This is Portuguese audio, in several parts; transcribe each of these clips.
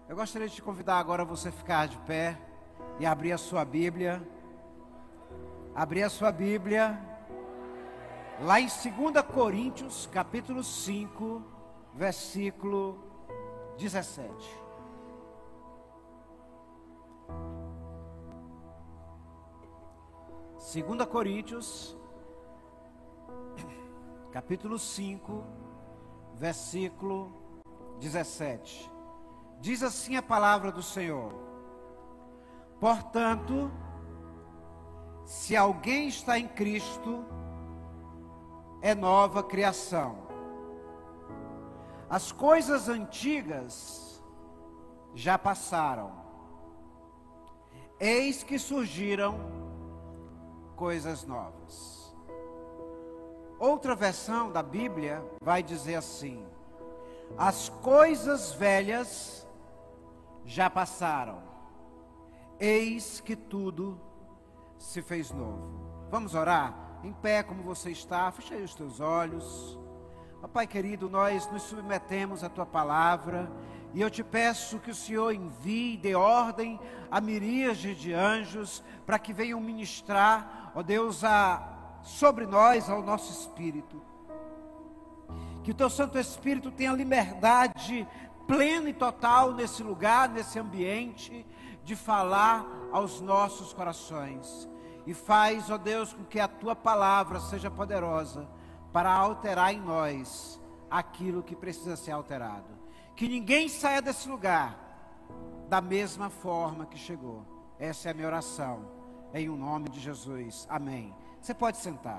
Eu gostaria de te convidar agora a você ficar de pé e abrir a sua Bíblia. Abrir a sua Bíblia lá em 2 Coríntios, capítulo 5, versículo 17. Segunda Coríntios, capítulo 5, versículo 17. Diz assim a palavra do Senhor: portanto, se alguém está em Cristo, é nova criação. As coisas antigas já passaram, eis que surgiram coisas novas. Outra versão da Bíblia vai dizer assim: as coisas velhas já passaram, eis que tudo se fez novo. Vamos orar? Em pé como você está, fecha aí os teus olhos. Pai querido, nós nos submetemos à Tua palavra, e eu te peço que o Senhor envie, dê ordem a miríade de anjos, para que venham ministrar, ó Deus, sobre nós, ao nosso espírito. Que o Teu Santo Espírito tenha liberdade plena e total nesse lugar, nesse ambiente, de falar aos nossos corações. E faz, ó Deus, com que a Tua palavra seja poderosa para alterar em nós aquilo que precisa ser alterado. Que ninguém saia desse lugar da mesma forma que chegou. Essa é a minha oração, em o nome de Jesus. Amém. Você pode sentar.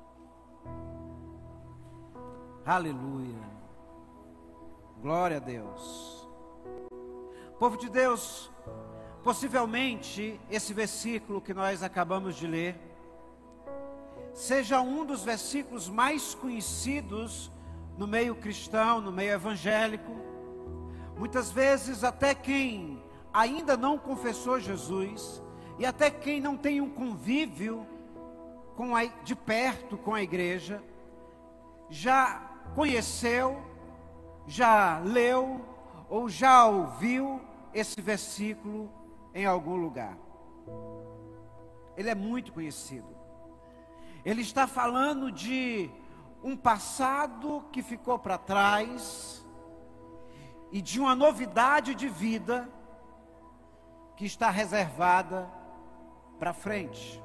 Aleluia. Glória a Deus. Povo de Deus, possivelmente esse versículo que nós acabamos de ler seja um dos versículos mais conhecidos no meio cristão, no meio evangélico. Muitas vezes até quem ainda não confessou Jesus, e até quem não tem um convívio de perto com a igreja, já conheceu, já leu ou já ouviu esse versículo em algum lugar. Ele é muito conhecido. Ele está falando de um passado que ficou para trás e de uma novidade de vida que está reservada para frente.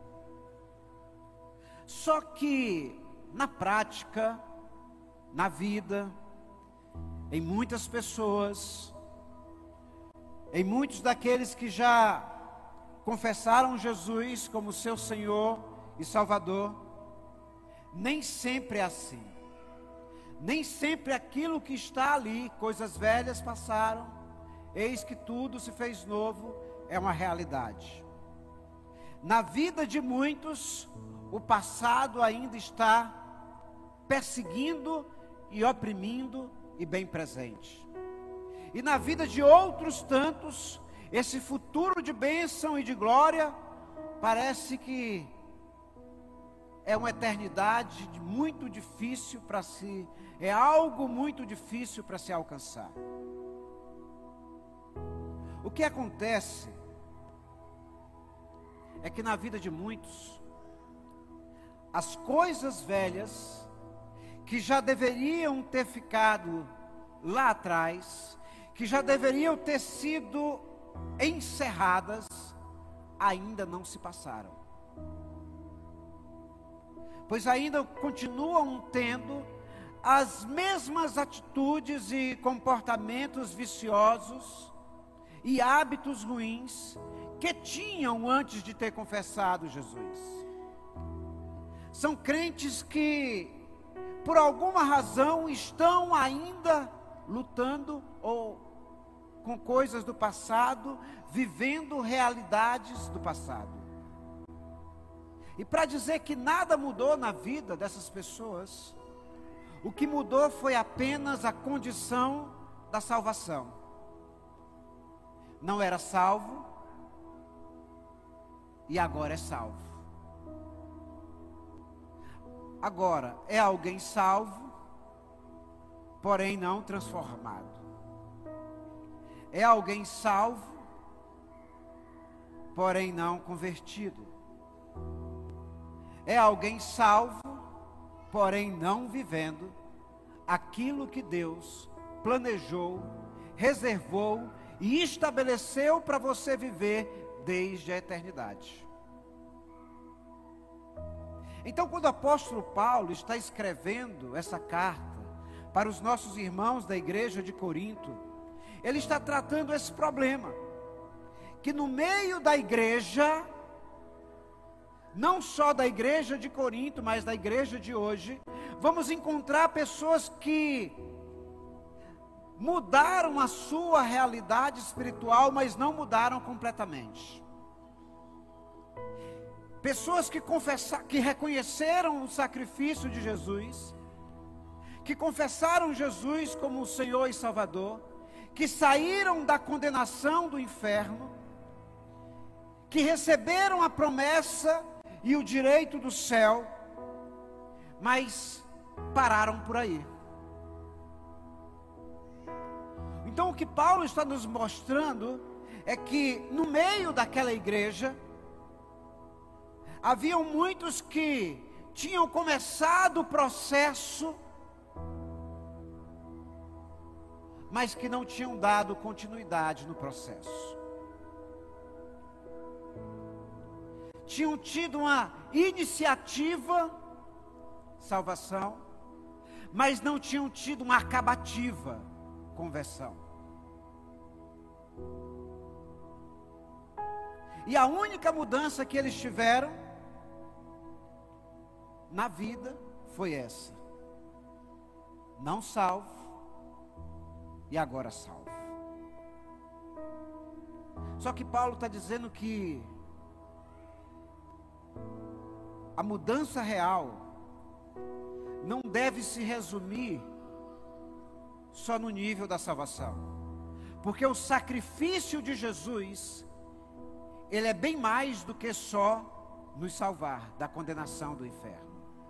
Só que na prática, na vida, em muitas pessoas, em muitos daqueles que já confessaram Jesus como seu Senhor e Salvador, nem sempre é assim. Nem sempre aquilo que está ali, coisas velhas passaram, eis que tudo se fez novo, é uma realidade. Na vida de muitos, o passado ainda está perseguindo e oprimindo e bem presente. E na vida de outros tantos, esse futuro de bênção e de glória parece que é uma eternidade muito difícil para se, é algo muito difícil para se alcançar. O que acontece é que na vida de muitos, as coisas velhas que já deveriam ter ficado lá atrás, que já deveriam ter sido encerradas, ainda não se passaram. Pois ainda continuam tendo as mesmas atitudes e comportamentos viciosos e hábitos ruins que tinham antes de ter confessado Jesus. São crentes que, por alguma razão, estão ainda lutando ou com coisas do passado, vivendo realidades do passado. E para dizer que nada mudou na vida dessas pessoas, o que mudou foi apenas a condição da salvação. Não era salvo e agora é salvo. Agora é alguém salvo, porém não transformado. é alguém salvo, porém não convertido. É alguém salvo, porém não vivendo aquilo que Deus planejou, reservou e estabeleceu para você viver desde a eternidade. Então, quando o apóstolo Paulo está escrevendo essa carta para os nossos irmãos da igreja de Corinto, ele está tratando esse problema, que no meio da igreja, não só da igreja de Corinto, mas da igreja de hoje, vamos encontrar pessoas que mudaram a sua realidade espiritual, mas não mudaram completamente. Pessoas que reconheceram o sacrifício de Jesus, que confessaram Jesus como o Senhor e Salvador, que saíram da condenação do inferno, que receberam a promessa e o direito do céu, mas pararam por aí. Então o que Paulo está nos mostrando é que no meio daquela igreja, haviam muitos que tinham começado o processo, mas que não tinham dado continuidade no processo. Tinham tido uma iniciativa, salvação, mas não tinham tido uma acabativa, conversão. E a única mudança que eles tiveram na vida foi essa: não salvo e agora salvo. Só que Paulo está dizendo que a mudança real não deve se resumir só no nível da salvação, porque o sacrifício de Jesus, ele é bem mais do que só nos salvar da condenação do inferno.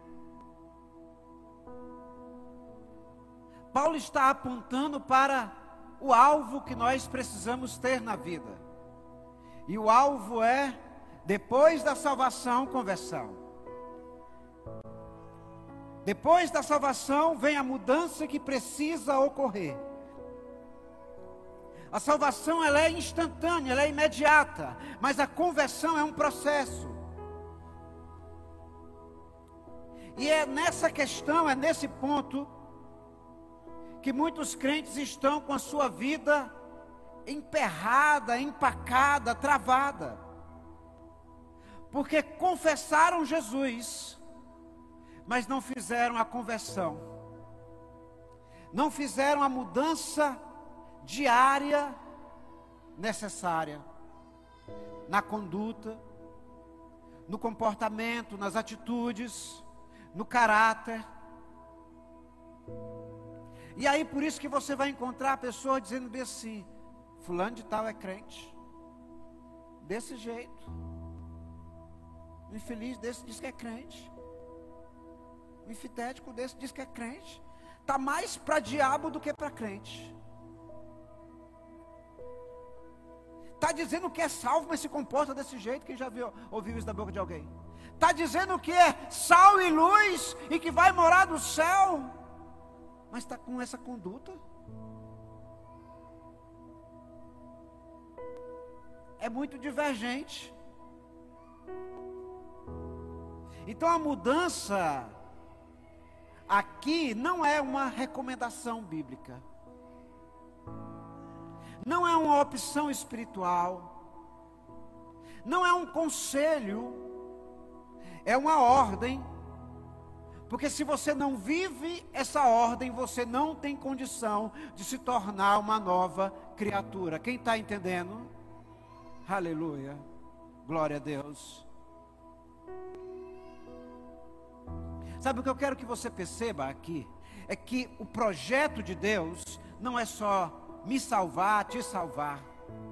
Paulo está apontando para o alvo que nós precisamos ter na vida. E o alvo é, depois da salvação, conversão. Depois da salvação vem a mudança que precisa ocorrer. A salvação, ela é instantânea, ela é imediata, mas a conversão é um processo. E é nessa questão, é nesse ponto, que muitos crentes estão com a sua vida emperrada, empacada, travada, porque confessaram Jesus, mas não fizeram a conversão, não fizeram a mudança diária necessária, na conduta, no comportamento, nas atitudes, no caráter. E aí por isso que você vai encontrar a pessoa dizendo bem assim: fulano de tal é crente, desse jeito, o infeliz desse diz que é crente, o infitético desse diz que é crente, está mais para diabo do que para crente, está dizendo que é salvo, mas se comporta desse jeito. Quem já ouviu isso da boca de alguém? Está dizendo que é sal e luz e que vai morar no céu, mas está com essa conduta. É muito divergente. Então a mudança aqui não é uma recomendação bíblica, não é uma opção espiritual, não é um conselho, é uma ordem. Porque se você não vive essa ordem, você não tem condição de se tornar uma nova criatura. Quem está entendendo? Aleluia, glória a Deus. Sabe o que eu quero que você perceba aqui? É que o projeto de Deus não é só me salvar, te salvar.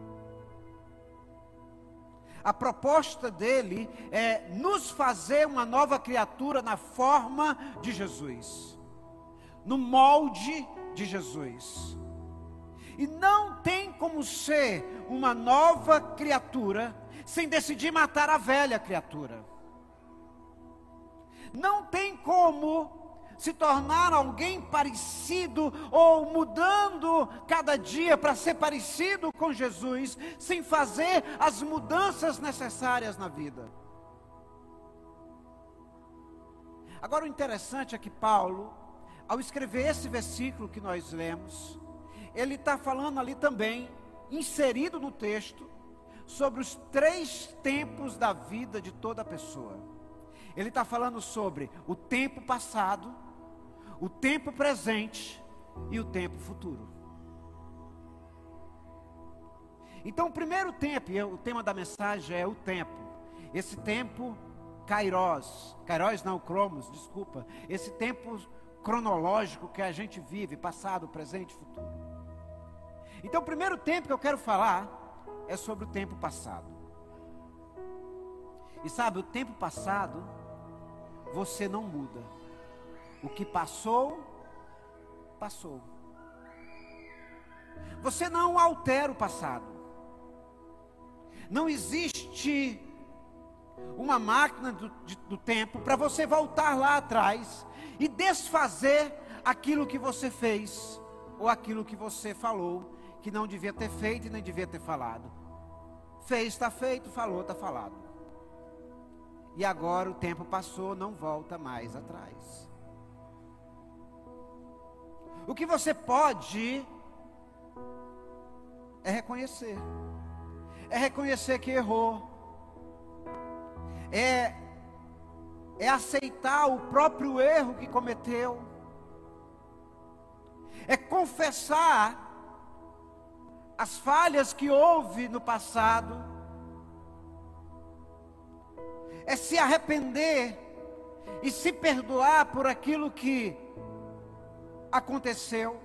A proposta dele é nos fazer uma nova criatura na forma de Jesus, no molde de Jesus. E não tem como ser uma nova criatura sem decidir matar a velha criatura. Não tem como se tornar alguém parecido ou mudando cada dia para ser parecido com Jesus, sem fazer as mudanças necessárias na vida. Agora o interessante é que Paulo, ao escrever esse versículo que nós lemos, ele está falando ali também, inserido no texto, sobre os 3 tempos da vida de toda pessoa. Ele está falando sobre o tempo passado, o tempo presente e o tempo futuro. Então o primeiro tempo, e o tema da mensagem é o tempo. Esse tempo, kairos não, cromos, desculpa. Esse tempo cronológico que a gente vive, passado, presente e futuro. Então o primeiro tempo que eu quero falar é sobre o tempo passado. E sabe, o tempo passado, você não muda. O que passou, passou. Você não altera o passado. Não existe uma máquina do tempo para você voltar lá atrás e desfazer aquilo que você fez ou aquilo que você falou que não devia ter feito e nem devia ter falado. Fez, está feito, falou, está falado. E agora o tempo passou, não volta mais atrás. O que você pode é reconhecer. É reconhecer que errou. É aceitar o próprio erro que cometeu. É confessar as falhas que houve no passado. É se arrepender e se perdoar por aquilo que aconteceu.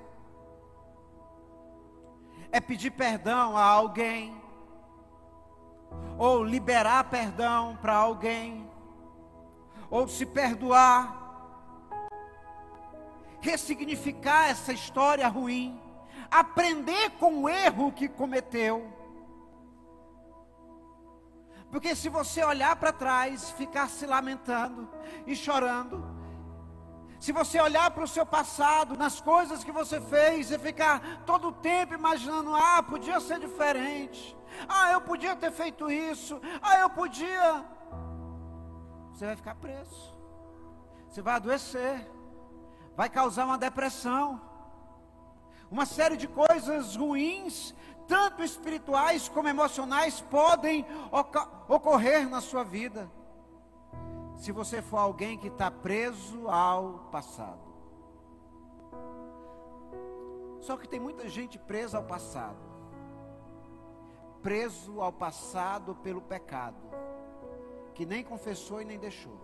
É pedir perdão a alguém, ou liberar perdão para alguém, ou se perdoar, ressignificar essa história ruim, aprender com o erro que cometeu. Porque se você olhar para trás, ficar se lamentando e chorando, se você olhar para o seu passado, nas coisas que você fez, e ficar todo o tempo imaginando, podia ser diferente, eu podia ter feito isso, eu podia, você vai ficar preso, você vai adoecer, vai causar uma depressão, uma série de coisas ruins, tanto espirituais como emocionais, podem ocorrer na sua vida, se você for alguém que está preso ao passado. Só que tem muita gente presa ao passado, preso ao passado pelo pecado, que nem confessou e nem deixou.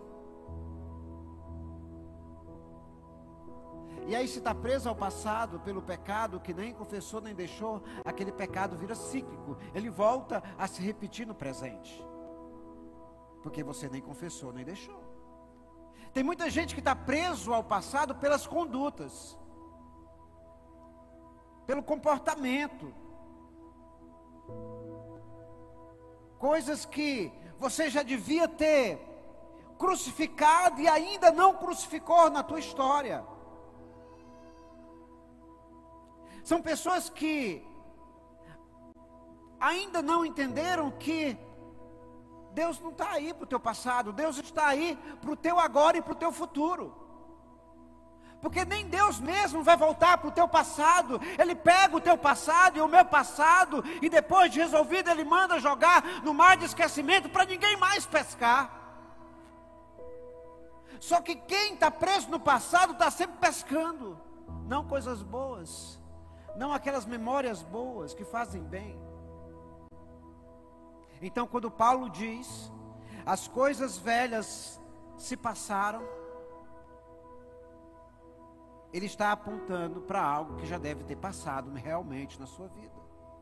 E aí, se está preso ao passado pelo pecado, que nem confessou nem deixou, aquele pecado vira cíclico, ele volta a se repetir no presente, porque você nem confessou nem deixou. Tem muita gente que está preso ao passado pelas condutas, pelo comportamento, coisas que você já devia ter crucificado e ainda não crucificou na tua história. São pessoas que ainda não entenderam que Deus não está aí para o teu passado, Deus está aí para o teu agora e para o teu futuro. Porque nem Deus mesmo vai voltar para o teu passado. Ele pega o teu passado e o meu passado, e depois de resolvido Ele manda jogar no mar de esquecimento para ninguém mais pescar. Só que quem está preso no passado está sempre pescando, não coisas boas, não aquelas memórias boas que fazem bem. Então, quando Paulo diz, as coisas velhas se passaram, ele está apontando para algo que já deve ter passado realmente na sua vida.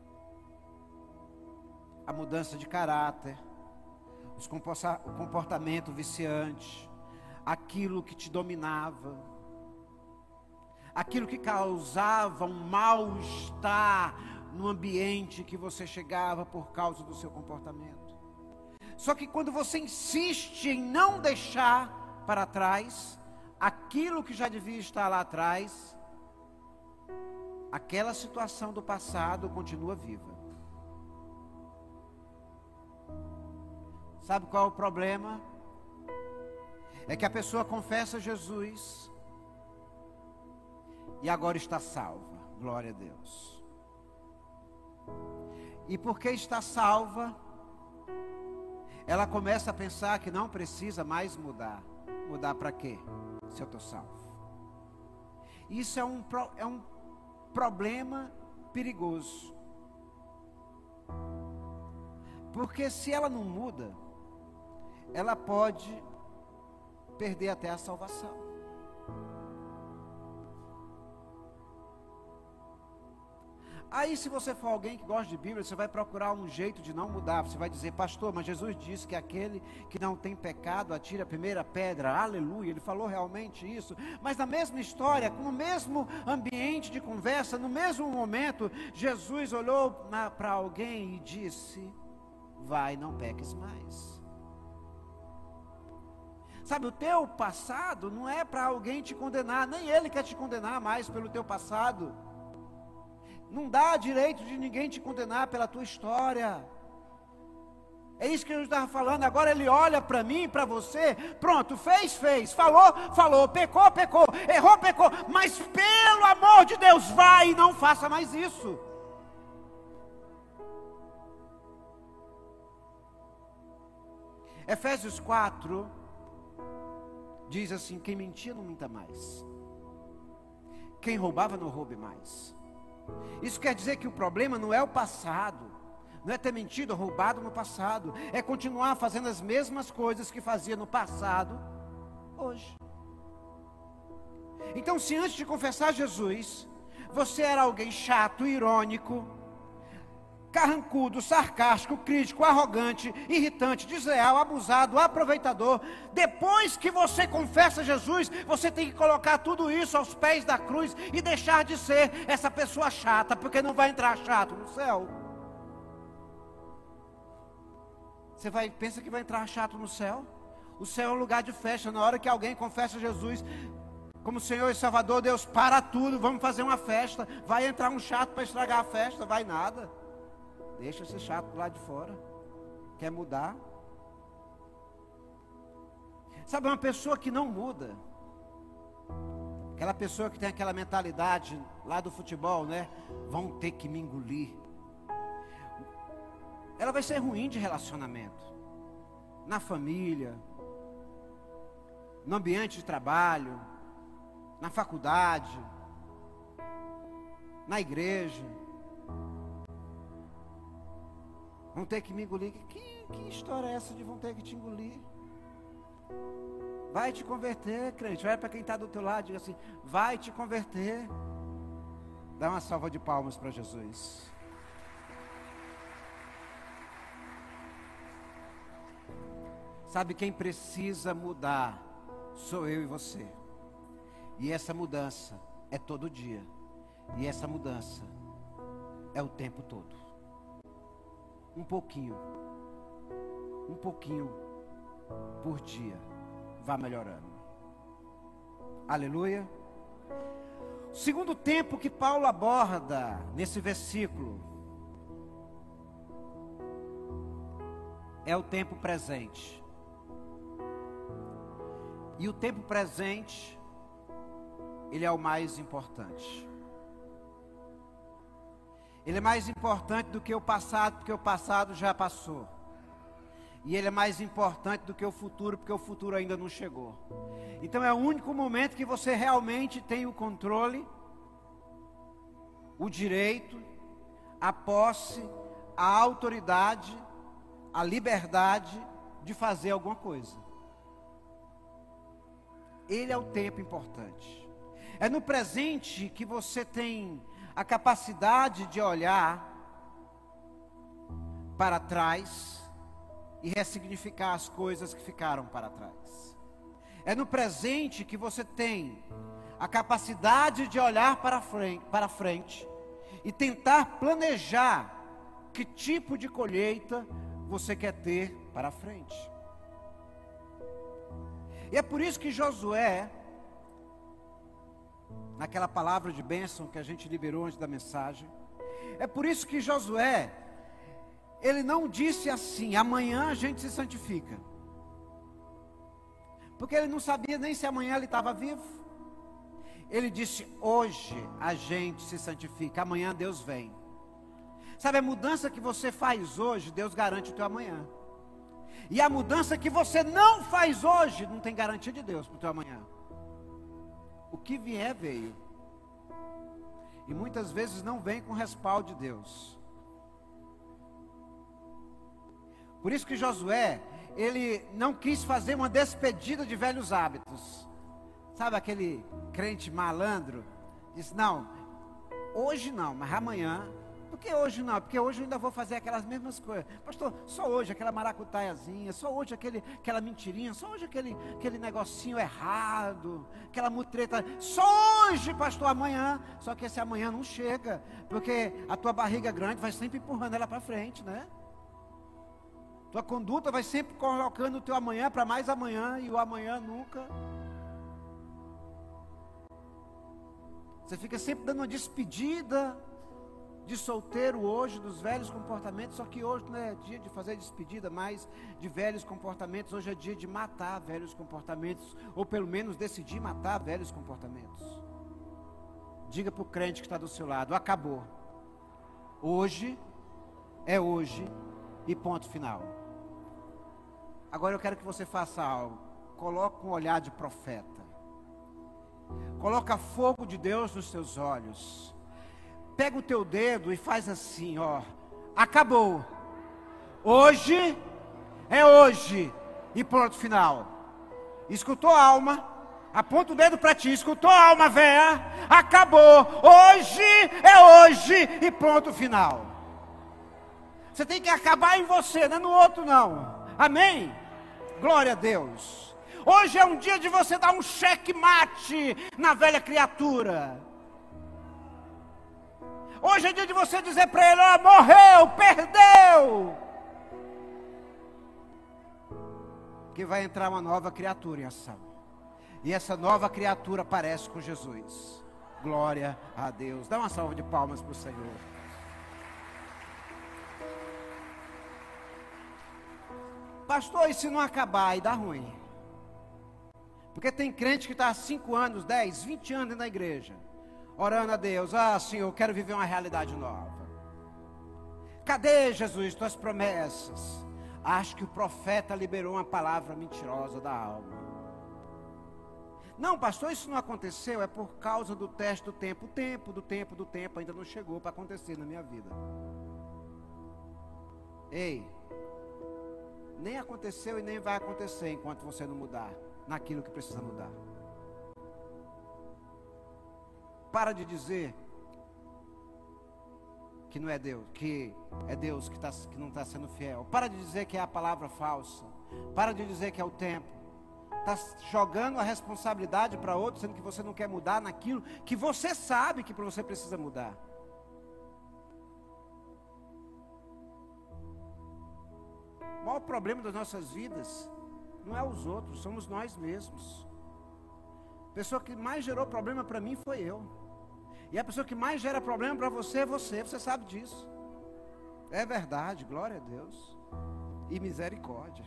A mudança de caráter, o comportamento viciante, aquilo que te dominava, aquilo que causava um mal-estar no ambiente que você chegava por causa do seu comportamento. Só que quando você insiste em não deixar para trás aquilo que já devia estar lá atrás, aquela situação do passado continua viva. Sabe qual é o problema? É que a pessoa confessa Jesus e agora está salva. Glória a Deus. E porque está salva, ela começa a pensar que não precisa mais mudar. Mudar para quê? Se eu estou salvo. Isso é um problema perigoso. Porque se ela não muda, ela pode perder até a salvação. Aí, se você for alguém que gosta de Bíblia, você vai procurar um jeito de não mudar. Você vai dizer: pastor, mas Jesus disse que aquele que não tem pecado atira a primeira pedra. Aleluia, ele falou realmente isso. Mas na mesma história, com o mesmo ambiente de conversa, no mesmo momento, Jesus olhou para alguém e disse: vai, não peques mais. Sabe, o teu passado não é para alguém te condenar, nem ele quer te condenar mais pelo teu passado. Não dá direito de ninguém te condenar pela tua história. É isso que eu estava falando. Agora ele olha para mim, para você. Pronto, fez, falou, pecou, errou, pecou. Mas pelo amor de Deus, vai e não faça mais isso. Efésios 4 diz assim: quem mentia não minta mais, quem roubava não roube mais. Isso quer dizer que o problema não é o passado, não é ter mentido ou roubado no passado, é continuar fazendo as mesmas coisas que fazia no passado, hoje. Então, se antes de confessar Jesus, você era alguém chato, irônico, carrancudo, sarcástico, crítico, arrogante, irritante, desleal, abusado, aproveitador, depois que você confessa Jesus, você tem que colocar tudo isso aos pés da cruz e deixar de ser essa pessoa chata, porque não vai entrar chato no céu. Você pensa que vai entrar chato no céu? O céu é um lugar de festa. Na hora que alguém confessa Jesus como Senhor e Salvador, Deus para tudo, vamos fazer uma festa. Vai entrar um chato para estragar a festa? Vai nada. Deixa esse chato lá de fora. Quer mudar? Sabe, uma pessoa que não muda, aquela pessoa que tem aquela mentalidade lá do futebol, né? Vão ter que me engolir. Ela vai ser ruim de relacionamento. Na família, no ambiente de trabalho, na faculdade, na igreja. Vão ter que me engolir. Que história é essa de vão ter que te engolir? Vai te converter, crente. Olha para quem está do teu lado, diga assim: vai te converter. Dá uma salva de palmas para Jesus. Sabe, quem precisa mudar sou eu e você. E essa mudança é todo dia. E essa mudança é o tempo todo. Um pouquinho por dia, vá melhorando. Aleluia. O segundo tempo que Paulo aborda nesse versículo é o tempo presente. E o tempo presente, ele é o mais importante. Ele é mais importante do que o passado, porque o passado já passou. E ele é mais importante do que o futuro, porque o futuro ainda não chegou. Então é o único momento que você realmente tem o controle, o direito, a posse, a autoridade, a liberdade de fazer alguma coisa. Ele é o tempo importante. É no presente que você tem a capacidade de olhar para trás e ressignificar as coisas que ficaram para trás. É no presente que você tem a capacidade de olhar para frente e tentar planejar que tipo de colheita você quer ter para frente. E é por isso que Josué, naquela palavra de bênção que a gente liberou antes da mensagem, é por isso que Josué, ele não disse assim: amanhã a gente se santifica, porque ele não sabia nem se amanhã ele estava vivo. Ele disse: hoje a gente se santifica, amanhã Deus vem. Sabe, a mudança que você faz hoje, Deus garante o teu amanhã. E a mudança que você não faz hoje, não tem garantia de Deus para o teu amanhã. O que vier, veio. E muitas vezes não vem com respaldo de Deus. Por isso que Josué, ele não quis fazer uma despedida de velhos hábitos. Sabe aquele crente malandro? Disse: não, hoje não, mas amanhã. Por que hoje não? Porque hoje eu ainda vou fazer aquelas mesmas coisas. Pastor, só hoje aquela maracutaiazinha, só hoje aquela mentirinha, só hoje aquele negocinho errado, aquela mutreta. Só hoje, pastor, amanhã. Só que esse amanhã não chega, porque a tua barriga grande vai sempre empurrando ela para frente, né? Tua conduta vai sempre colocando o teu amanhã para mais amanhã, e o amanhã nunca. Você fica sempre dando uma despedida de solteiro hoje, dos velhos comportamentos. Só que hoje não é dia de fazer despedida mais de velhos comportamentos. Hoje é dia de matar velhos comportamentos, ou pelo menos decidir matar velhos comportamentos. Diga para o crente que está do seu lado: acabou. Hoje é hoje e ponto final. Agora eu quero que você faça algo. Coloque um olhar de profeta. Coloca fogo de Deus nos seus olhos. Pega o teu dedo e faz assim, ó. Acabou. Hoje é hoje e ponto final. Escutou, alma? Aponta o dedo para ti. Escutou, alma véia? Acabou. Hoje é hoje e ponto final. Você tem que acabar em você, não é no outro não. Amém? Glória a Deus. Hoje é um dia de você dar um checkmate na velha criatura. Hoje é dia de você dizer para ele: ó, morreu, perdeu. Que vai entrar uma nova criatura em ação. E essa nova criatura aparece com Jesus. Glória a Deus. Dá uma salva de palmas para o Senhor. Pastor, e se não acabar e dá ruim? Porque tem crente que está há 5 anos, 10, 20 anos na igreja, orando a Deus: ah, Senhor, eu quero viver uma realidade nova. Cadê, Jesus, tuas promessas? Acho que o profeta liberou uma palavra mentirosa da alma. Não, pastor, isso não aconteceu, é por causa do teste do tempo. O tempo ainda não chegou para acontecer na minha vida. Ei, nem aconteceu e nem vai acontecer enquanto você não mudar naquilo que precisa mudar. Para de dizer que não é Deus, que é Deus que não está sendo fiel. Para de dizer que é a palavra falsa. Para de dizer que é o tempo. Está jogando a responsabilidade para outro, sendo que você não quer mudar naquilo que você sabe que você precisa mudar. O maior problema das nossas vidas não é os outros, somos nós mesmos. A pessoa que mais gerou problema para mim foi eu. E a pessoa que mais gera problema para você é você sabe disso. É verdade, glória a Deus. E misericórdia.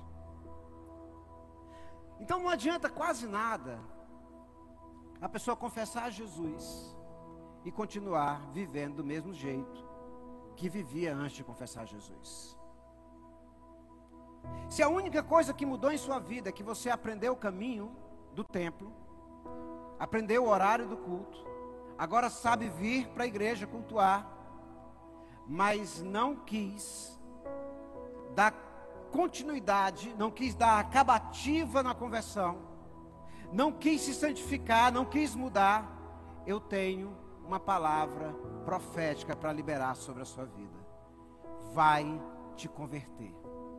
Então não adianta quase nada a pessoa confessar a Jesus e continuar vivendo do mesmo jeito que vivia antes de confessar Jesus. Se a única coisa que mudou em sua vida é que você aprendeu o caminho do templo, aprendeu o horário do culto, agora sabe vir para a igreja cultuar, mas não quis dar continuidade, não quis dar acabativa na conversão, não quis se santificar, não quis mudar, eu tenho uma palavra profética para liberar sobre a sua vida. Vai te converter.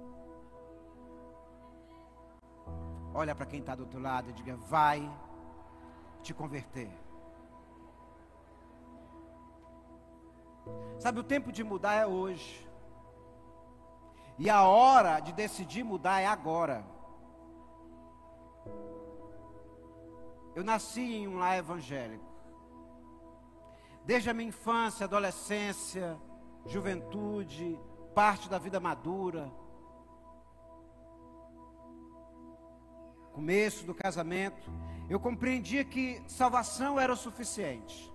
Olha para quem está do outro lado e diga: vai te converter. Sabe, o tempo de mudar é hoje. E a hora de decidir mudar é agora. Eu nasci em um lar evangélico. Desde a minha infância, adolescência, juventude, parte da vida madura, começo do casamento, eu compreendia que salvação era o suficiente.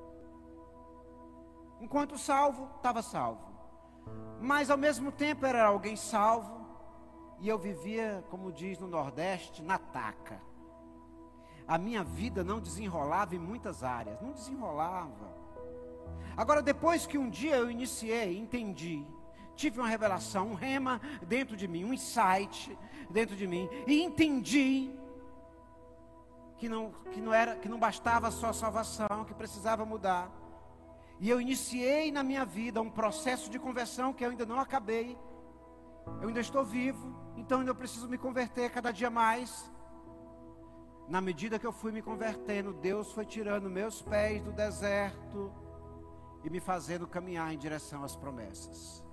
Enquanto salvo, estava salvo. Mas ao mesmo tempo era alguém salvo, e eu vivia, como diz no Nordeste, na taca. A minha vida não desenrolava em muitas áreas, não desenrolava. Agora, depois que um dia eu iniciei, entendi, tive uma revelação, um rema dentro de mim, um insight dentro de mim, e entendi que não bastava só a salvação, que precisava mudar. E eu iniciei na minha vida um processo de conversão que eu ainda não acabei. Eu ainda estou vivo, então ainda preciso me converter cada dia mais. Na medida que eu fui me convertendo, Deus foi tirando meus pés do deserto e me fazendo caminhar em direção às promessas.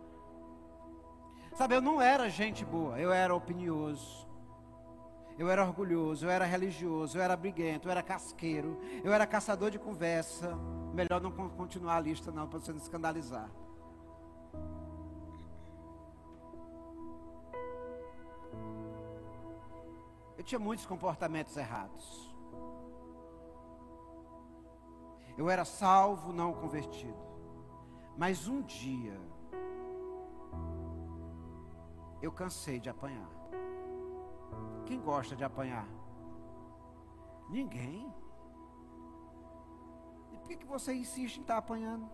Sabe, eu não era gente boa, eu era opinioso, eu era orgulhoso, eu era religioso, eu era briguento, eu era casqueiro, eu era caçador de conversa. Melhor não continuar a lista não, para você não escandalizar. Eu tinha muitos comportamentos errados. Eu era salvo, não convertido. Mas um dia, eu cansei de apanhar. Quem gosta de apanhar? Ninguém. E por que você insiste em estar apanhando?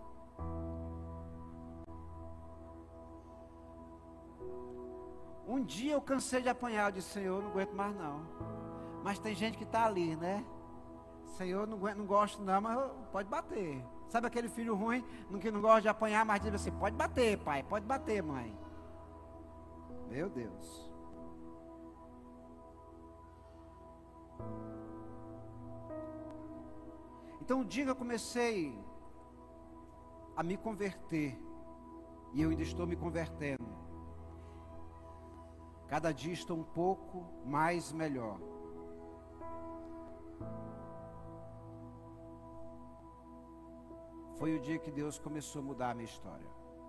Um dia eu cansei de apanhar, eu disse, Senhor, não aguento mais não. Mas tem gente que está ali, né? Senhor, não gosto não, mas pode bater. Sabe aquele filho ruim, que não gosta de apanhar, mas diz assim, pode bater, pai, pode bater, mãe. Meu Deus. Então um dia que eu comecei a me converter, e eu ainda estou me convertendo, cada dia estou um pouco mais melhor. Foi o dia que Deus começou a mudar a minha história.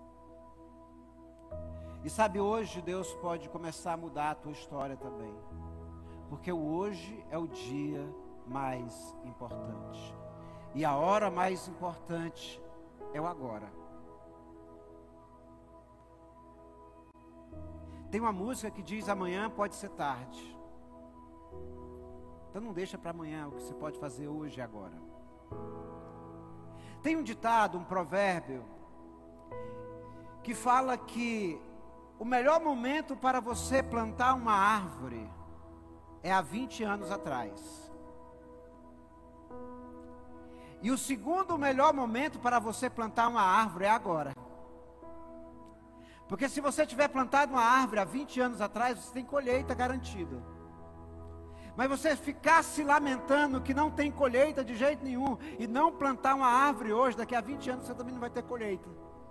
E sabe, hoje Deus pode começar a mudar a tua história também. Porque o hoje é o dia mais importante. E a hora mais importante é o agora. Tem uma música que diz, amanhã pode ser tarde. Então não deixa para amanhã o que você pode fazer hoje e agora. Tem um ditado, um provérbio, que fala que o melhor momento para você plantar uma árvore é há 20 anos atrás. E o segundo melhor momento para você plantar uma árvore é agora. Porque se você tiver plantado uma árvore há 20 anos atrás, você tem colheita garantida. Mas você ficar se lamentando que não tem colheita de jeito nenhum, e não plantar uma árvore hoje, daqui a 20 anos você também não vai ter colheita.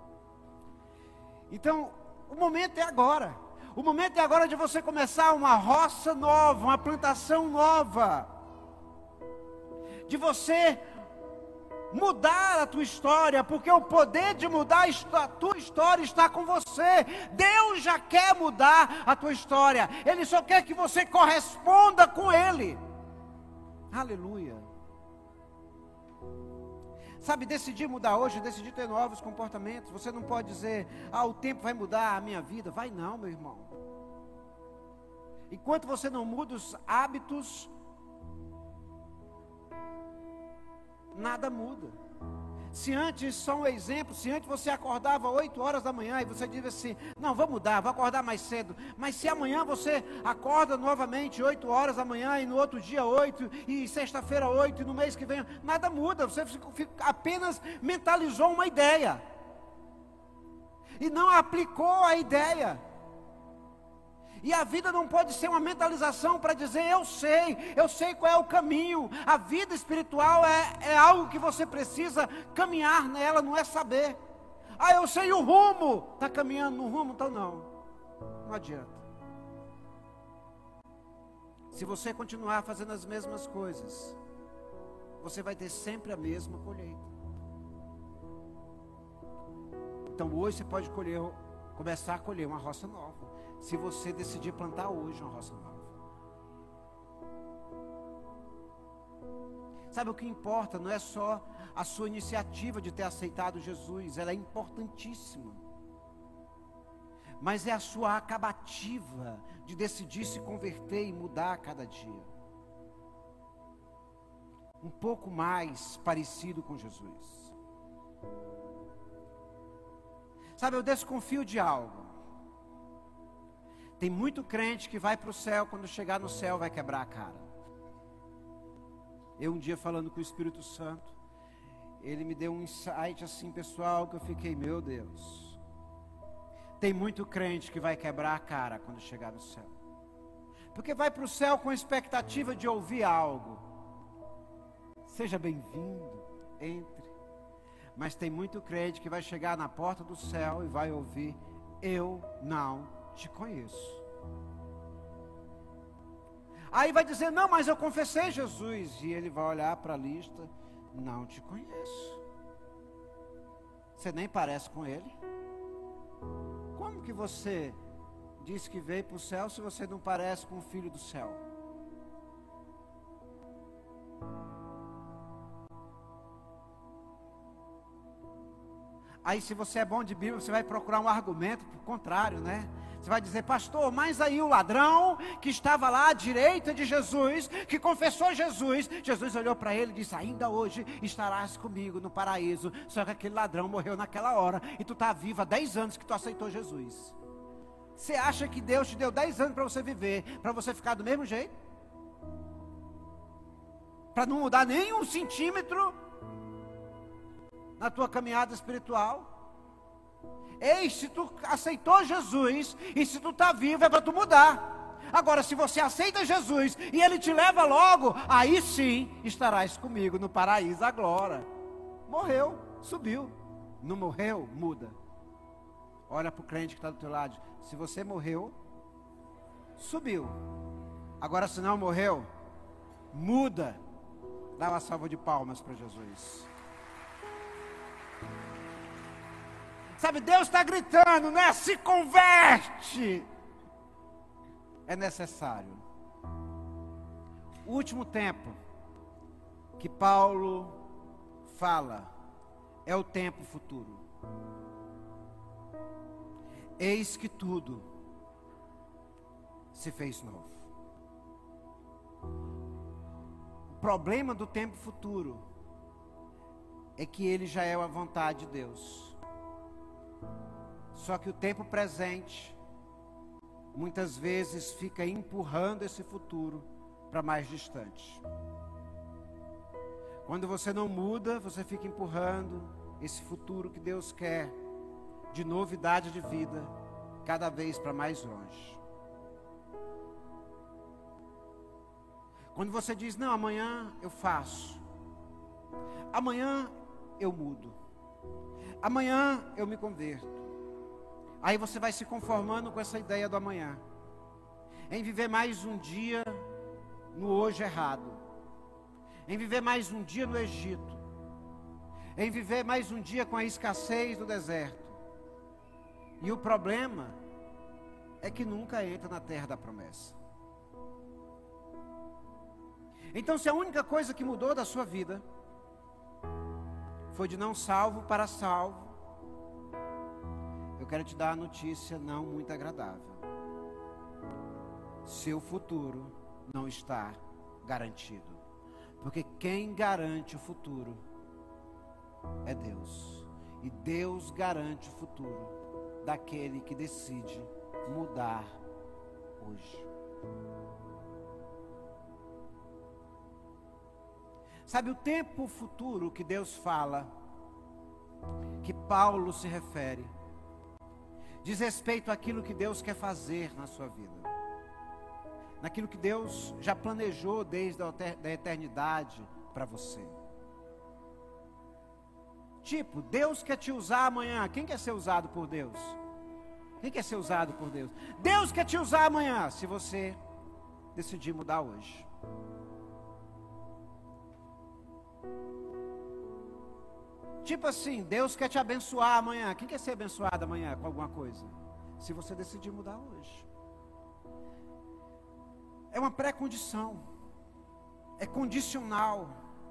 Então, o momento é agora. O momento é agora de você começar uma roça nova, uma plantação nova. De você mudar a tua história, porque o poder de mudar a tua história está com você. Deus já quer mudar a tua história, Ele só quer que você corresponda com Ele. Aleluia. Sabe, decidir mudar hoje, decidir ter novos comportamentos. Você não pode dizer, o tempo vai mudar a minha vida. Vai não, meu irmão. Enquanto você não muda os hábitos, nada muda. Se antes, só um exemplo, se antes você acordava 8 horas da manhã e você diz assim, não, vou mudar, vou acordar mais cedo. Mas se amanhã você acorda novamente 8 horas da manhã e no outro dia 8 e sexta-feira 8 e no mês que vem, nada muda. Você apenas mentalizou uma ideia e não aplicou a ideia. E a vida não pode ser uma mentalização para dizer eu sei qual é o caminho. A vida espiritual é algo que você precisa caminhar nela, não é saber. Ah, eu sei o rumo, está caminhando no rumo, então não adianta. Se você continuar fazendo as mesmas coisas, você vai ter sempre a mesma colheita. Então hoje você pode começar a colher uma roça nova, se você decidir plantar hoje uma roça nova. Sabe, o que importa não é só a sua iniciativa de ter aceitado Jesus, ela é importantíssima, mas é a sua acabativa de decidir se converter e mudar a cada dia, um pouco mais parecido com Jesus. Sabe, eu desconfio de algo. Tem muito crente que vai para o céu, quando chegar no céu vai quebrar a cara. Eu um dia falando com o Espírito Santo, ele me deu um insight assim pessoal, que eu fiquei, meu Deus. Tem muito crente que vai quebrar a cara quando chegar no céu, porque vai para o céu com a expectativa de ouvir algo. Seja bem-vindo, entre. Mas tem muito crente que vai chegar na porta do céu e vai ouvir, eu não te conheço. Aí vai dizer, não, mas eu confessei Jesus. E ele vai olhar para a lista, não te conheço. Você nem parece com ele. Como que você diz que veio para o céu se você não parece com o filho do céu? Aí se você é bom de Bíblia, você vai procurar um argumento pro contrário, né? Você vai dizer, pastor, mas aí o ladrão que estava lá à direita de Jesus, que confessou Jesus, Jesus olhou para ele e disse, ainda hoje estarás comigo no paraíso. Só que aquele ladrão morreu naquela hora, e tu está vivo há 10 anos que tu aceitou Jesus. Você acha que Deus te deu 10 anos para você viver, para você ficar do mesmo jeito? Para não mudar nem 1 centímetro na tua caminhada espiritual? Ei, se tu aceitou Jesus e se tu está vivo, é para tu mudar. Agora, se você aceita Jesus e Ele te leva logo, aí sim estarás comigo no paraíso agora. Morreu, subiu. Não morreu, muda. Olha para o crente que está do teu lado. Se você morreu, subiu. Agora, se não morreu, muda. Dá uma salva de palmas para Jesus. Sabe, Deus está gritando, né? Se converte. É necessário. O último tempo que Paulo fala é o tempo futuro. Eis que tudo se fez novo. O problema do tempo futuro é que ele já é a vontade de Deus. Só que o tempo presente muitas vezes fica empurrando esse futuro para mais distante. Quando você não muda, você fica empurrando esse futuro que Deus quer de novidade de vida cada vez para mais longe. Quando você diz, não, amanhã eu faço, amanhã eu mudo, amanhã eu me converto. Aí você vai se conformando com essa ideia do amanhã, em viver mais um dia no hoje errado, em viver mais um dia no Egito, em viver mais um dia com a escassez do deserto. E o problema é que nunca entra na terra da promessa. Então, se a única coisa que mudou da sua vida foi de não salvo para salvo, eu quero te dar a notícia não muito agradável. Seu futuro não está garantido. Porque quem garante o futuro é Deus. E Deus garante o futuro daquele que decide mudar hoje. Sabe, o tempo futuro que Deus fala, que Paulo se refere, diz respeito àquilo que Deus quer fazer na sua vida. naquilo que Deus já planejou desde a eternidade para você. Tipo, Deus quer te usar amanhã. Quem quer ser usado por Deus? Quem quer ser usado por Deus? Deus quer te usar amanhã, se você decidir mudar hoje. Tipo assim, Deus quer te abençoar amanhã. Quem quer ser abençoado amanhã com alguma coisa? Se você decidir mudar hoje. É uma pré-condição. É condicional.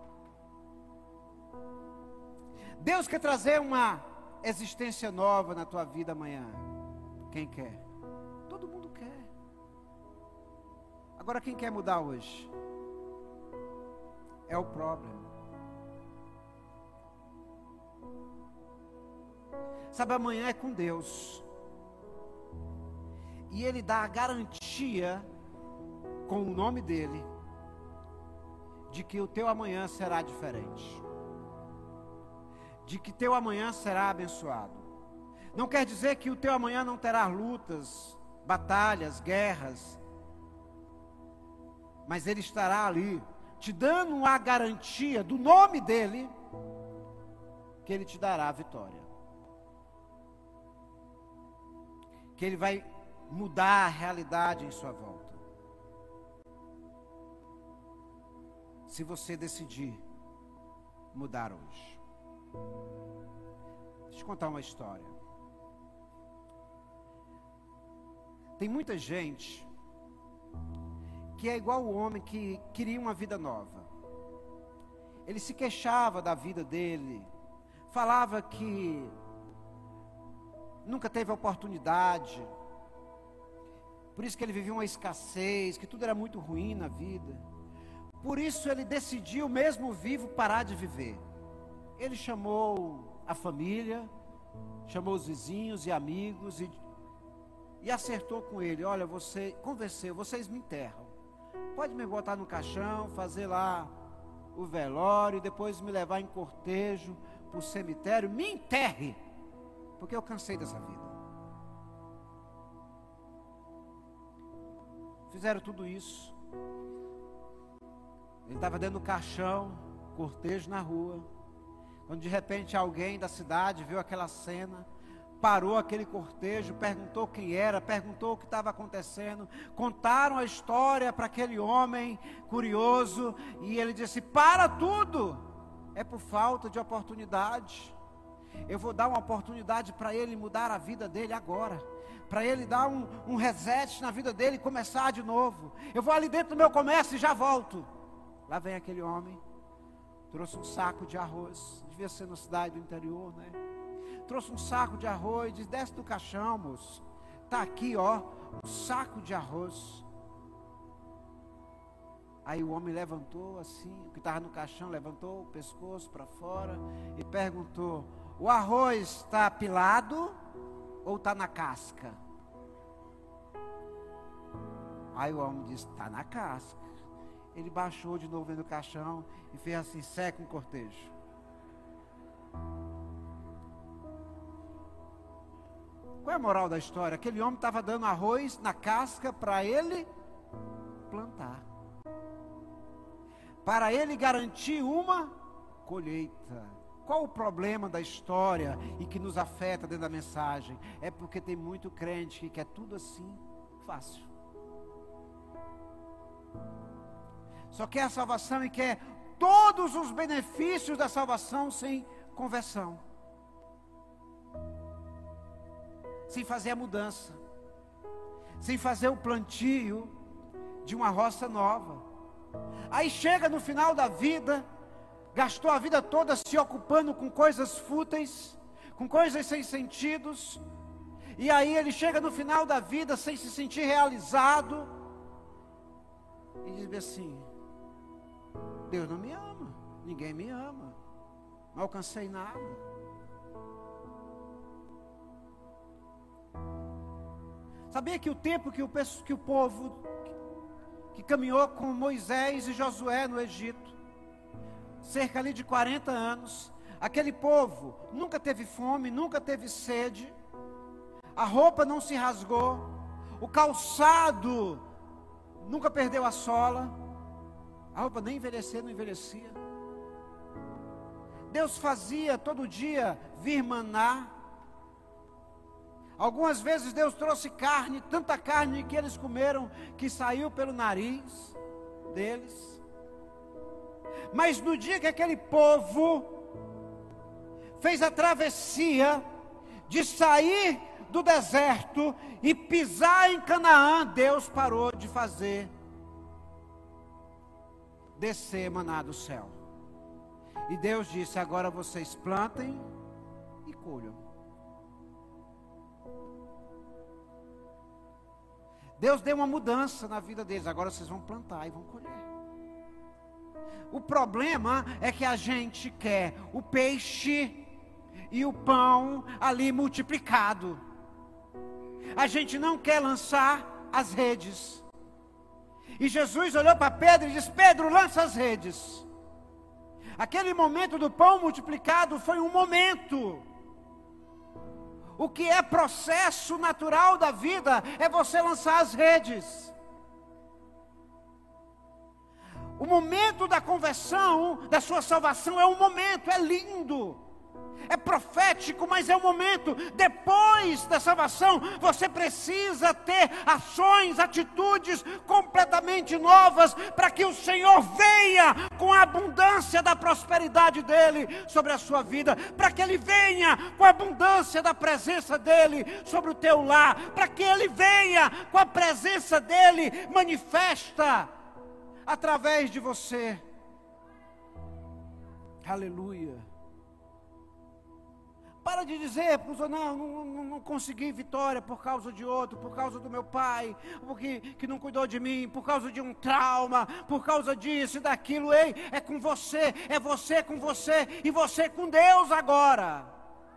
Deus quer trazer uma existência nova na tua vida amanhã. Quem quer? Todo mundo quer. Agora quem quer mudar hoje? É o problema. Sabe, amanhã é com Deus. E Ele dá a garantia, com o nome dEle, de que o teu amanhã será diferente. De que teu amanhã será abençoado. Não quer dizer que o teu amanhã não terá lutas, batalhas, guerras. Mas Ele estará ali, te dando a garantia do nome dEle, que Ele te dará a vitória. Que Ele vai mudar a realidade em sua volta. Se você decidir mudar hoje. Deixa eu contar uma história. Tem muita gente que é igual o homem que queria uma vida nova. Ele se queixava da vida dele, falava que nunca teve oportunidade, por isso que ele vivia uma escassez, que tudo era muito ruim na vida. Por isso ele decidiu, mesmo vivo, parar de viver. Ele chamou a família, chamou os vizinhos e amigos e acertou com ele: olha, convenceu, vocês me enterram. Pode me botar no caixão, fazer lá o velório, depois me levar em cortejo para o cemitério, me enterre, porque eu cansei dessa vida. Fizeram tudo isso. Ele estava dentro do caixão, cortejo na rua, quando de repente alguém da cidade viu aquela cena, parou aquele cortejo, perguntou quem era, perguntou o que estava acontecendo, contaram a história para aquele homem curioso, e ele disse: para tudo, é por falta de oportunidade. Eu vou dar uma oportunidade para ele mudar a vida dele agora, para ele dar um reset na vida dele e começar de novo. Eu vou ali dentro do meu comércio e já volto. Lá vem aquele homem, trouxe um saco de arroz, devia ser na cidade do interior, né? Trouxe um saco de arroz, diz: desce do caixão, moço, está aqui, ó, um saco de arroz. Aí o homem levantou assim, o que estava no caixão, levantou o pescoço para fora e perguntou: o arroz está pilado ou está na casca? Aí o homem disse: está na casca. Ele baixou de novo no caixão e fez assim: seca um cortejo. Qual é a moral da história? Aquele homem estava dando arroz na casca para ele plantar, para ele garantir uma colheita. Qual o problema da história e que nos afeta dentro da mensagem? É porque tem muito crente que quer tudo assim, fácil. Só quer a salvação e quer todos os benefícios da salvação sem conversão, sem fazer a mudança, sem fazer o plantio de uma roça nova. Aí chega no final da vida, gastou a vida toda se ocupando com coisas fúteis, com coisas sem sentidos, e aí ele chega no final da vida sem se sentir realizado, e diz assim: Deus não me ama, ninguém me ama, não alcancei nada. Sabia que o tempo que o povo que caminhou com Moisés e Josué no Egito, cerca ali de 40 anos, aquele povo nunca teve fome, nunca teve sede, a roupa não se rasgou, o calçado nunca perdeu a sola, a roupa nem envelhecia, não envelhecia. Deus fazia todo dia vir maná. Algumas vezes Deus trouxe carne, tanta carne que eles comeram, que saiu pelo nariz deles. Mas no dia que aquele povo fez a travessia de sair do deserto e pisar em Canaã, Deus parou de fazer descer maná do céu. E Deus disse: agora vocês plantem e colham. Deus deu uma mudança na vida deles. Agora vocês vão plantar e vão colher. O problema é que a gente quer o peixe e o pão ali multiplicado. A gente não quer lançar as redes. E Jesus olhou para Pedro e disse: Pedro, lança as redes. Aquele momento do pão multiplicado foi um momento. O que é processo natural da vida é você lançar as redes. O momento da conversão, da sua salvação, é um momento, é lindo, é profético, mas é um momento. Depois da salvação, você precisa ter ações, atitudes completamente novas, para que o Senhor venha com a abundância da prosperidade dEle sobre a sua vida, para que Ele venha com a abundância da presença dEle sobre o teu lar, para que Ele venha com a presença dEle manifesta através de você. Aleluia. Para de dizer, não consegui vitória por causa de outro, por causa do meu pai, porque que não cuidou de mim, por causa de um trauma, por causa disso e daquilo. Ei, é com você, é você com você e você com Deus agora.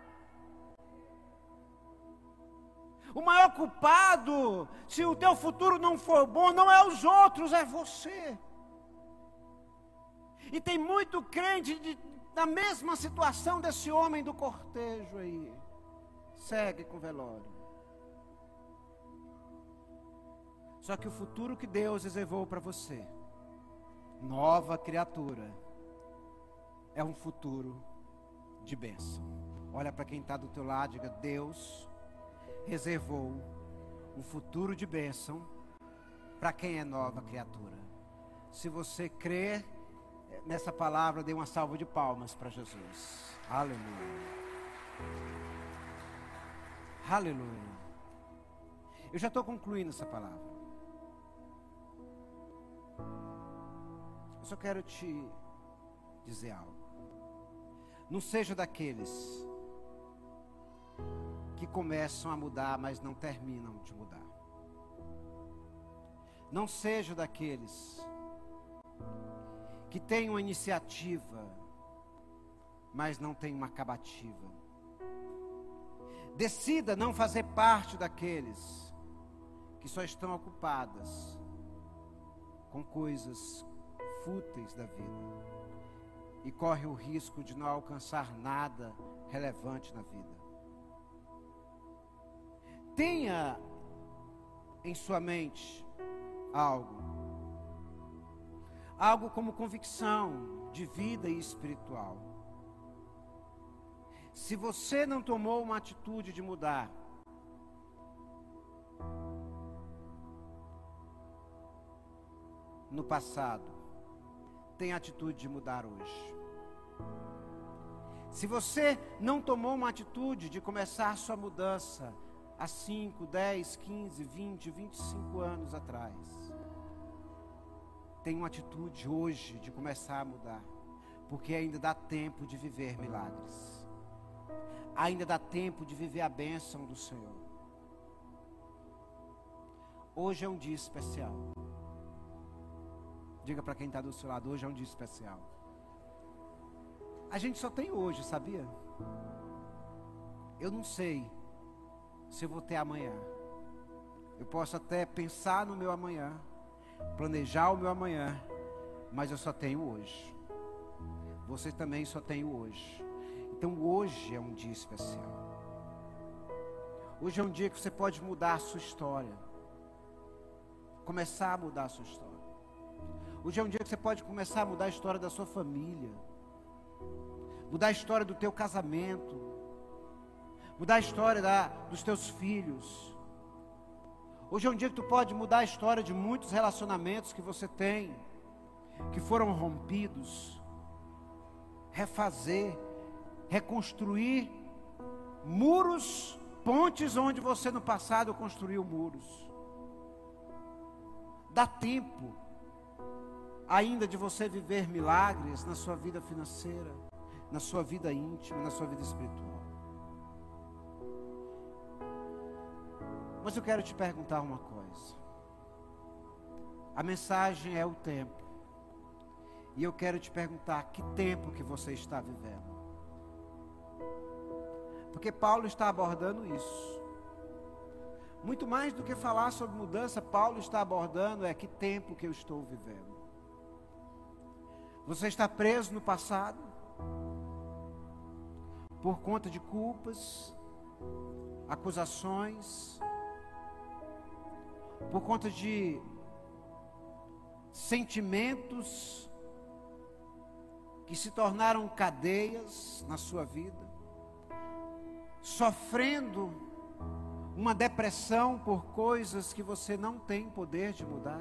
O maior culpado, se o teu futuro não for bom, não é os outros, é você. E tem muito crente na mesma situação desse homem do cortejo aí. Segue com o velório. Só que o futuro que Deus reservou para você, nova criatura, é um futuro de bênção. Olha para quem está do teu lado e diga: Deus reservou um futuro de bênção para quem é nova criatura. Se você crer nessa palavra, dê uma salva de palmas para Jesus. Aleluia. Aleluia. Eu já estou concluindo essa palavra. Eu só quero te dizer algo. Não seja daqueles que começam a mudar, mas não terminam de mudar. Não seja daqueles que têm uma iniciativa, mas não tem uma acabativa. Decida não fazer parte daqueles que só estão ocupadas com coisas fúteis da vida e corre o risco de não alcançar nada relevante na vida. Tenha em sua mente algo como convicção de vida e espiritual. Se você não tomou uma atitude de mudar, no passado, tenha atitude de mudar hoje. Se você não tomou uma atitude de começar sua mudança há 5, 10, 15, 20, 25 anos atrás, tenha uma atitude hoje de começar a mudar, porque ainda dá tempo de viver milagres, ainda dá tempo de viver a bênção do Senhor. Hoje é um dia especial. Diga para quem está do seu lado: hoje é um dia especial. A gente só tem hoje, sabia? Eu não sei se eu vou ter amanhã. Eu posso até pensar no meu amanhã, planejar o meu amanhã, mas eu só tenho hoje. Você também só tem o hoje. Então hoje é um dia especial. Hoje é um dia que você pode mudar a sua história. começar a mudar a sua história. Hoje é um dia que você pode começar a mudar a história da sua família, mudar a história do teu casamento, mudar a história dos teus filhos. Hoje é um dia que tu pode mudar a história de muitos relacionamentos que você tem, que foram rompidos, refazer, reconstruir muros, pontes onde você no passado construiu muros. Dá tempo ainda de você viver milagres na sua vida financeira, na sua vida íntima, na sua vida espiritual. Mas eu quero te perguntar uma coisa. A mensagem é o tempo. E eu quero te perguntar, que tempo que você está vivendo? Porque Paulo está abordando isso. Muito mais do que falar sobre mudança, Paulo está abordando que tempo que eu estou vivendo. Você está preso no passado, por conta de culpas, acusações, por conta de sentimentos que se tornaram cadeias na sua vida, sofrendo uma depressão por coisas que você não tem poder de mudar.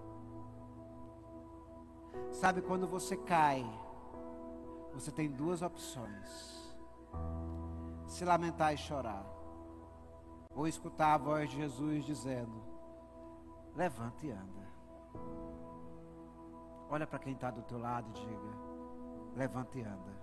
Sabe, quando você cai, você tem duas opções: se lamentar e chorar, ou escutar a voz de Jesus dizendo: levanta e anda. Olha para quem está do teu lado e diga: levanta e anda.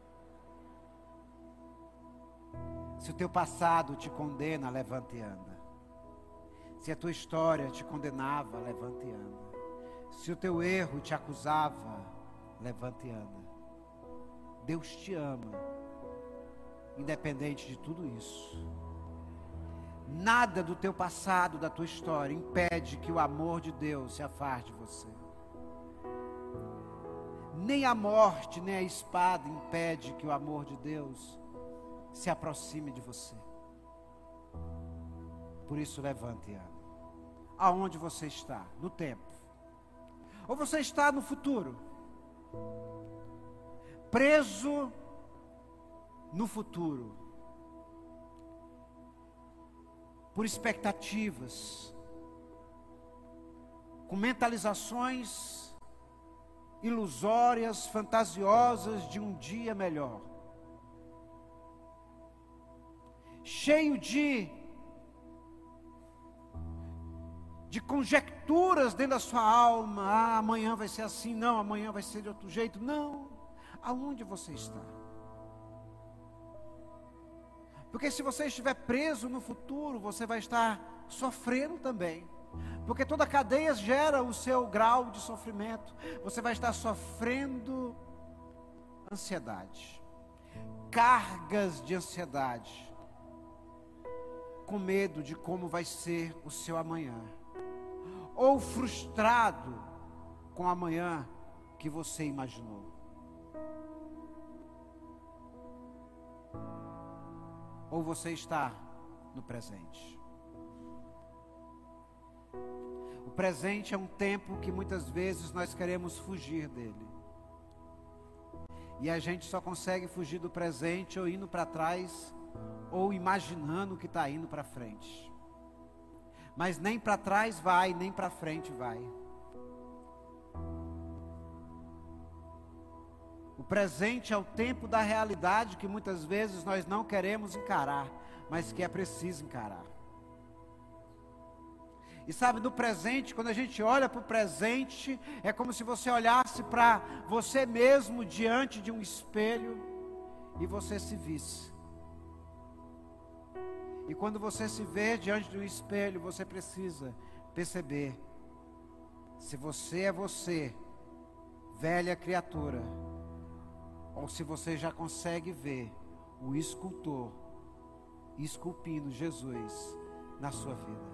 Se o teu passado te condena, levanta e anda. Se a tua história te condenava, levanta e anda. Se o teu erro te acusava, levanta e anda. Deus te ama, independente de tudo isso. Nada do teu passado, da tua história, impede que o amor de Deus se afaste de você. Nem a morte, nem a espada impede que o amor de Deus se aproxime de você. Por isso, levante e anda. Aonde você está? No tempo. Ou você está no futuro? Preso no futuro, por expectativas, com mentalizações ilusórias, fantasiosas de um dia melhor, cheio de conjecturas dentro da sua alma. Amanhã vai ser assim, não, amanhã vai ser de outro jeito. Não, aonde você está? Porque se você estiver preso no futuro, você vai estar sofrendo também. Porque toda cadeia gera o seu grau de sofrimento. Você vai estar sofrendo ansiedade, cargas de ansiedade, com medo de como vai ser o seu amanhã, ou frustrado com o amanhã que você imaginou. Ou você está no presente. O presente é um tempo que muitas vezes nós queremos fugir dele. E a gente só consegue fugir do presente ou indo para trás, ou imaginando que está indo para frente. Mas nem para trás vai, nem para frente vai. O presente é o tempo da realidade que muitas vezes nós não queremos encarar, mas que é preciso encarar. E sabe, no presente, quando a gente olha para o presente, é como se você olhasse para você mesmo diante de um espelho e você se visse. E quando você se vê diante de um espelho, você precisa perceber se você é você, velha criatura, ou se você já consegue ver o escultor esculpindo Jesus na sua vida.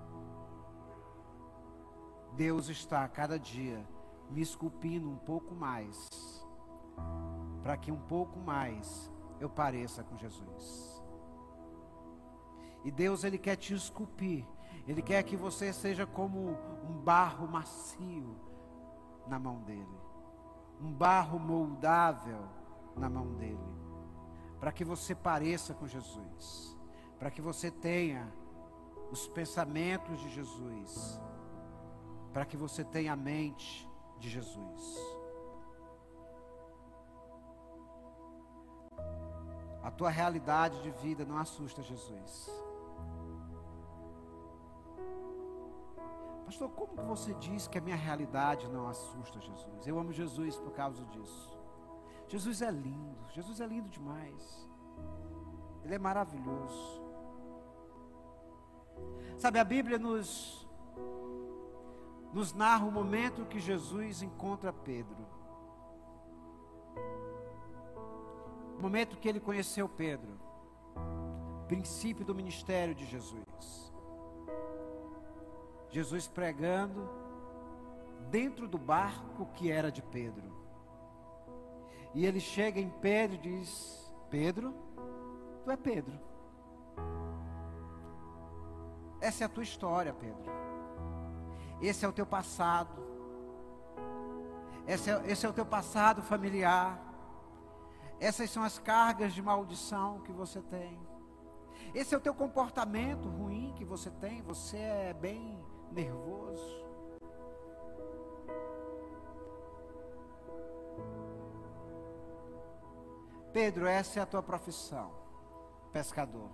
Deus está a cada dia me esculpindo um pouco mais, para que um pouco mais eu pareça com Jesus. E Deus, Ele quer te esculpir Ele quer que você seja como um barro macio na mão dele, um barro moldável na mão dele, para que você pareça com Jesus, para que você tenha os pensamentos de Jesus, para que você tenha a mente de Jesus. A tua realidade de vida não assusta Jesus. Pastor, como que você diz que a minha realidade não assusta Jesus? Eu amo Jesus por causa disso. Jesus é lindo demais. Ele é maravilhoso. Sabe, a Bíblia nos narra o momento que Jesus encontra Pedro. O momento que ele conheceu Pedro. Princípio do ministério de Jesus. Jesus pregando dentro do barco que era de Pedro. E ele chega em Pedro e diz: Pedro, tu é Pedro. Essa é a tua história, Pedro. Esse é o teu passado. Esse é o teu passado familiar. Essas são as cargas de maldição que você tem. Esse é o teu comportamento ruim que você tem. Você é bem nervoso. Pedro, essa é a tua profissão, pescador.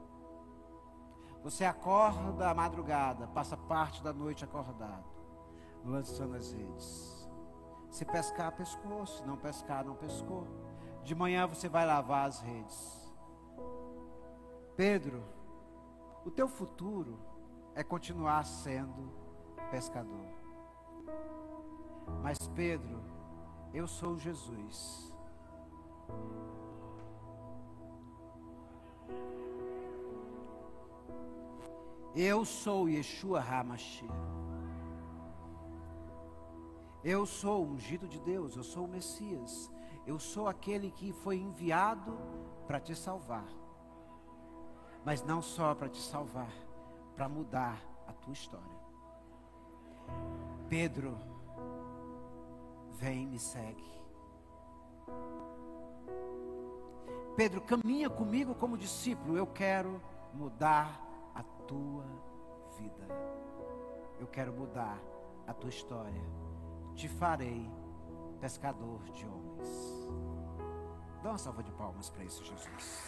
Você acorda à madrugada, passa parte da noite acordado, lançando as redes. Se pescar, pescou. Se não pescar, não pescou. De manhã você vai lavar as redes. Pedro, o teu futuro é continuar sendo pescador. Mas Pedro, eu sou Jesus. Eu sou Yeshua HaMashiach. Eu sou o ungido de Deus, eu sou o Messias. Eu sou aquele que foi enviado para te salvar. Mas não só para te salvar, para mudar a tua história. Pedro, vem, me segue. Pedro, caminha comigo como discípulo. Eu quero mudar a tua vida. Eu quero mudar a tua história. Te farei pescador de homens. Dá uma salva de palmas para isso, Jesus.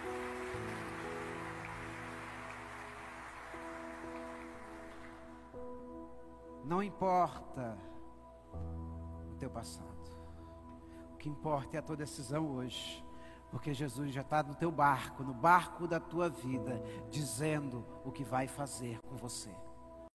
Não importa o teu passado. O que importa é a tua decisão hoje. Porque Jesus já está no teu barco, no barco da tua vida, dizendo o que vai fazer com você.